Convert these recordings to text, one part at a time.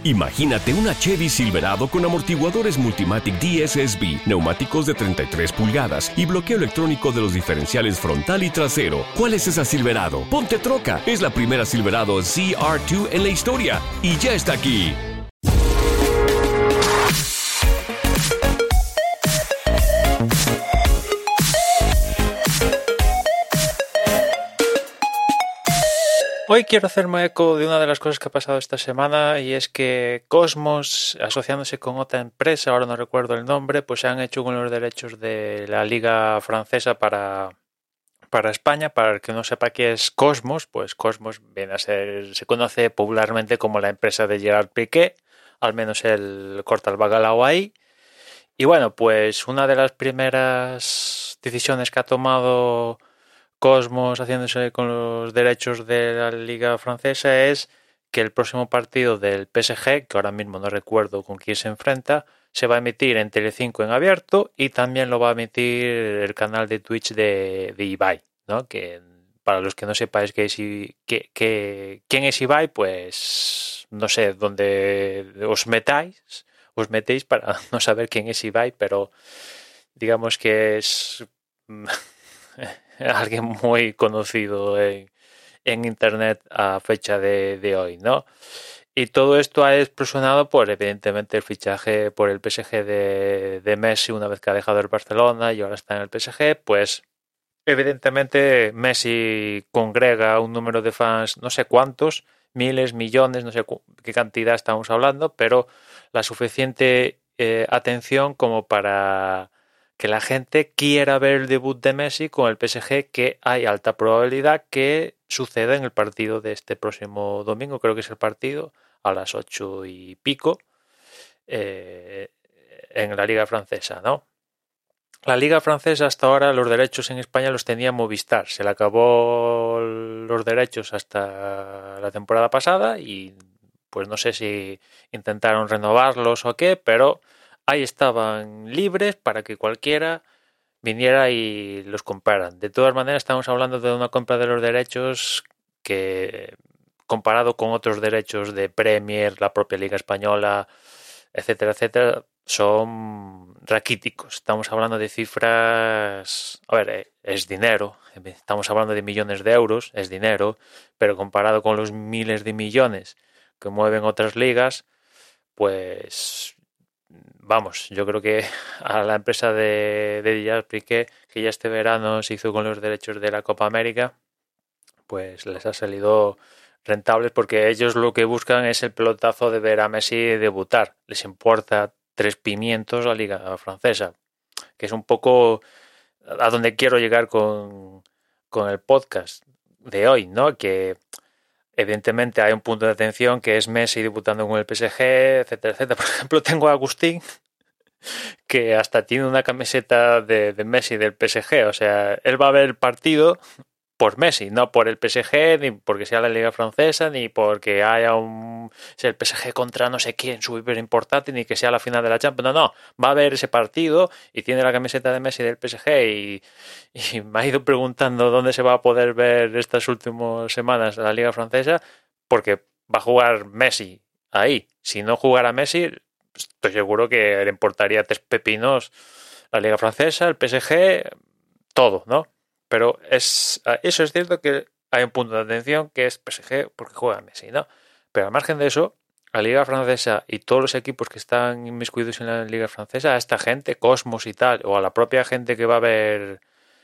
Imagínate una Chevy Silverado con amortiguadores Multimatic DSSB, neumáticos de 33 pulgadas y bloqueo electrónico de los diferenciales frontal y trasero. ¿Cuál es esa Silverado? ¡Ponte troca! Es la primera Silverado ZR2 en la historia y ya está aquí. Hoy quiero hacerme eco de una de las cosas que ha pasado esta semana y es que Cosmos, asociándose con otra empresa, ahora no recuerdo el nombre, pues se han hecho con los derechos de la Liga Francesa para España. Para el que no sepa qué es Cosmos, pues Cosmos viene a ser, se conoce popularmente como la empresa de Gerard Piqué, al menos él corta el bacalao ahí. Y bueno, pues una de las primeras decisiones que ha tomado Cosmos haciéndose con los derechos de la Liga Francesa es que el próximo partido del PSG, que ahora mismo no recuerdo con quién se enfrenta, se va a emitir en Telecinco en abierto y también lo va a emitir el canal de Twitch de Ibai, ¿no? Que para los que no sepáis quién es Ibai, pues no sé dónde os metéis para no saber quién es Ibai, pero digamos que es alguien muy conocido en internet a fecha de hoy, ¿no? Y todo esto ha explosionado por, evidentemente, el fichaje por el PSG de Messi una vez que ha dejado el Barcelona y ahora está en el PSG. Pues, evidentemente, Messi congrega un número de fans, no sé cuántos, miles, millones, no sé qué cantidad estamos hablando, pero la suficiente atención como para que la gente quiera ver el debut de Messi con el PSG, que hay alta probabilidad que suceda en el partido de este próximo domingo, creo que es el partido, a las 8 y pico, en la Liga Francesa, ¿no? La Liga Francesa hasta ahora los derechos en España los tenía Movistar, se le acabó los derechos hasta la temporada pasada y pues no sé si intentaron renovarlos o qué, pero ahí estaban libres para que cualquiera viniera y los compraran. De todas maneras, estamos hablando de una compra de los derechos que, comparado con otros derechos de Premier, la propia Liga Española, etcétera, etcétera, son raquíticos. Estamos hablando de cifras... A ver, es dinero. Estamos hablando de millones de euros, es dinero, pero comparado con los miles de millones que mueven otras ligas, pues... Vamos, yo creo que a la empresa de Gerard Piqué, que ya este verano se hizo con los derechos de la Copa América, pues les ha salido rentables porque ellos lo que buscan es el pelotazo de ver a Messi debutar. Les importa 3 pimientos la Liga Francesa, que es un poco a donde quiero llegar con el podcast de hoy, ¿no? Que evidentemente hay un punto de atención que es Messi debutando con el PSG, etcétera, etcétera. Por ejemplo, tengo a Agustín, que hasta tiene una camiseta de Messi del PSG. O sea, él va a ver el partido por Messi, no por el PSG, ni porque sea la Liga Francesa, ni porque haya sea el PSG contra no sé quién súper importante, ni que sea la final de la Champions. No, va a ver ese partido y tiene la camiseta de Messi del PSG y me ha ido preguntando dónde se va a poder ver estas últimas semanas la Liga Francesa, porque va a jugar Messi ahí. Si no jugara Messi, estoy seguro que le importaría 3 pepinos la Liga Francesa, el PSG, todo, ¿no? Pero eso es cierto que hay un punto de atención que es PSG porque juega Messi, ¿no? Pero al margen de eso, la Liga Francesa y todos los equipos que están inmiscuidos en la Liga Francesa, a esta gente, Cosmos y tal, o a la propia gente que va a ver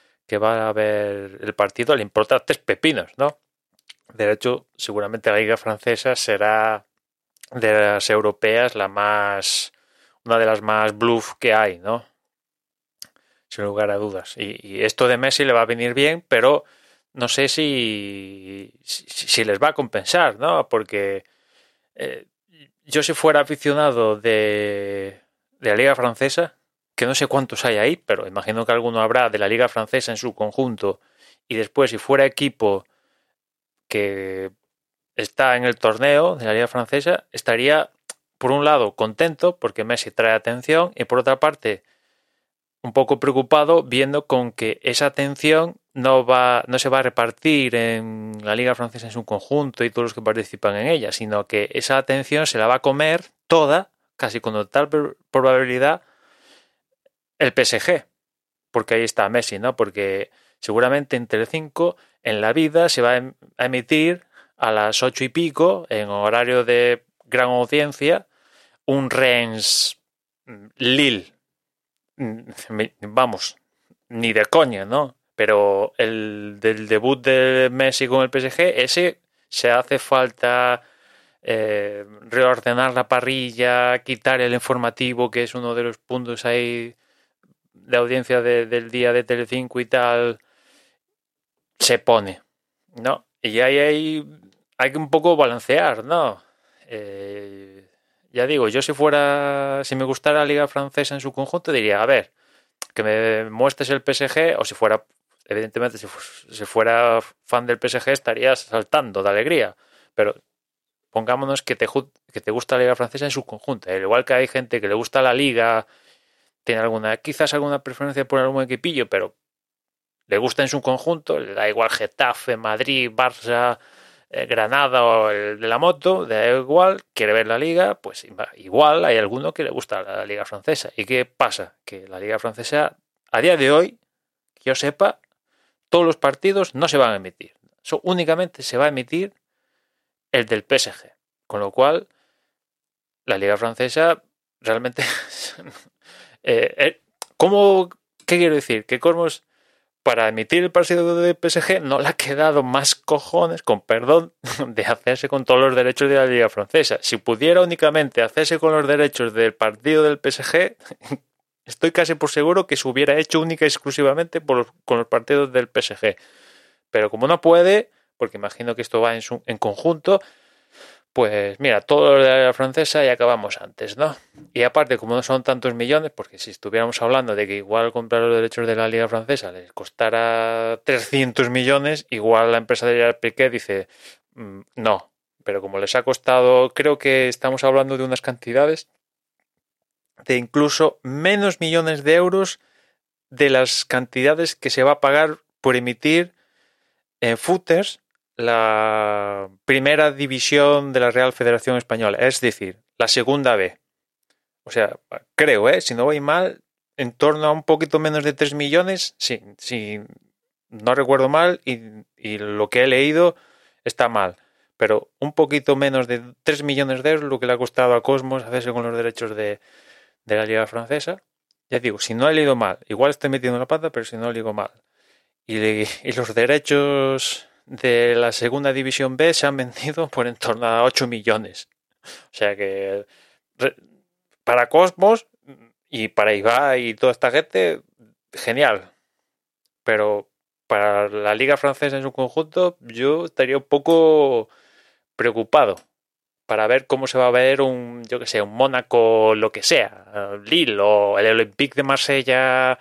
el partido, le importa 3 pepinos, ¿no? De hecho, seguramente la Liga Francesa será de las europeas una de las más bluff que hay, ¿no? Sin lugar a dudas. Y esto de Messi le va a venir bien, pero no sé si les va a compensar, ¿no? Porque yo si fuera aficionado de la Liga Francesa, que no sé cuántos hay ahí, pero imagino que alguno habrá de la Liga Francesa en su conjunto, y después si fuera equipo que está en el torneo de la Liga Francesa, estaría por un lado contento porque Messi trae atención y por otra parte un poco preocupado viendo con que esa atención no se va a repartir en la Liga Francesa en su conjunto y todos los que participan en ella, sino que esa atención se la va a comer toda, casi con total probabilidad, el PSG, porque ahí está Messi, ¿no? Porque seguramente en Telecinco en la vida se va a emitir a las 8 y pico, en horario de gran audiencia, un Rennes Lille. Vamos, ni de coña, ¿no? Pero el del debut de Messi con el PSG, ese se hace falta reordenar la parrilla, quitar el informativo, que es uno de los puntos ahí de audiencia del día de Telecinco y tal, se pone, ¿no? Y ahí hay que un poco balancear, ¿no? Ya digo, yo si me gustara la Liga Francesa en su conjunto, diría, a ver, que me muestres el PSG, o si fuera, evidentemente, si fuera fan del PSG estarías saltando de alegría, pero pongámonos que te gusta la Liga Francesa en su conjunto, al igual que hay gente que le gusta la Liga, tiene quizás alguna preferencia por algún equipillo, pero le gusta en su conjunto, le da igual Getafe, Madrid, Barça, Granada o el de la moto, le da igual, quiere ver la Liga, pues igual hay alguno que le gusta la Liga Francesa. ¿Y qué pasa? Que la Liga Francesa, a día de hoy, que yo sepa, todos los partidos no se van a emitir. Únicamente se va a emitir el del PSG. Con lo cual, la Liga Francesa realmente... ¿Qué quiero decir? Que Cosmos, para emitir el partido de PSG, no le ha quedado más cojones, con perdón, de hacerse con todos los derechos de la Liga Francesa. Si pudiera únicamente hacerse con los derechos del partido del PSG, estoy casi por seguro que se hubiera hecho única y exclusivamente con los partidos del PSG. Pero como no puede, porque imagino que esto va en conjunto, pues mira, todo lo de la francesa y acabamos antes, ¿no? Y aparte, como no son tantos millones, porque si estuviéramos hablando de que igual comprar los derechos de la Liga Francesa les costara 300 millones, igual la empresa de Piqué dice, no. Pero como les ha costado, creo que estamos hablando de unas cantidades de incluso menos millones de euros de las cantidades que se va a pagar por emitir en footers la primera división de la Real Federación Española, es decir, la segunda B. O sea, creo, si no voy mal, en torno a un poquito menos de 3 millones, si no recuerdo mal, y lo que he leído está mal, pero un poquito menos de 3 millones de euros lo que le ha costado a Cosmos hacerse con los derechos de la Liga Francesa. Ya digo, si no he leído mal, igual estoy metiendo la pata, pero si no he leído mal. Y los derechos de la segunda división B se han vendido por en torno a 8 millones. O sea que para Cosmos y para Ibai y toda esta gente, genial. Pero para la Liga Francesa en su conjunto, yo estaría un poco preocupado para ver cómo se va a ver un Mónaco, lo que sea, Lille o el Olympique de Marsella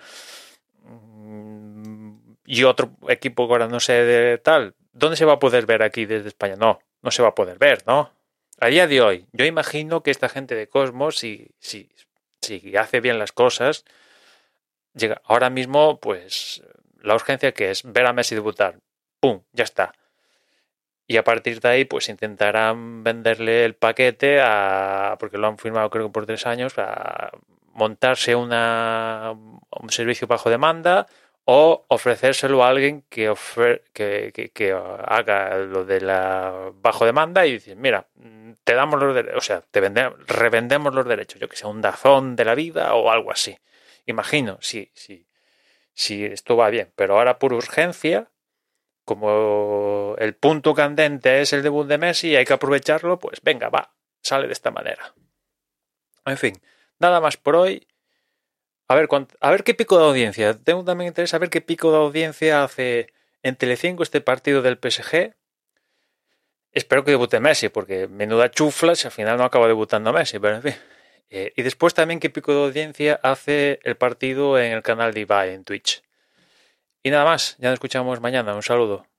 y otro equipo que ahora no sé de tal. ¿Dónde se va a poder ver aquí desde España? No se va a poder ver, ¿no? A día de hoy, yo imagino que esta gente de Cosmos, si hace bien las cosas, llega ahora mismo, pues, la urgencia que es ver a Messi debutar. ¡Pum! Ya está. Y a partir de ahí, pues intentarán venderle el paquete porque lo han firmado creo que por 3 años, a montarse un servicio bajo demanda o ofrecérselo a alguien que haga lo de la bajo demanda y decir, mira, te damos los derechos, o sea, revendemos los derechos, yo que sé, un DAZN de la vida o algo así. Imagino, sí, esto va bien, pero ahora por urgencia, como el punto candente es el debut de Messi y hay que aprovecharlo, pues venga, va, sale de esta manera. En fin, nada más por hoy. A ver qué pico de audiencia. Tengo también interés saber qué pico de audiencia hace en Telecinco este partido del PSG. Espero que debute Messi, porque menuda chufla si al final no acaba debutando Messi, pero en fin. Y después también qué pico de audiencia hace el partido en el canal de Ibai en Twitch. Y nada más, ya nos escuchamos mañana. Un saludo.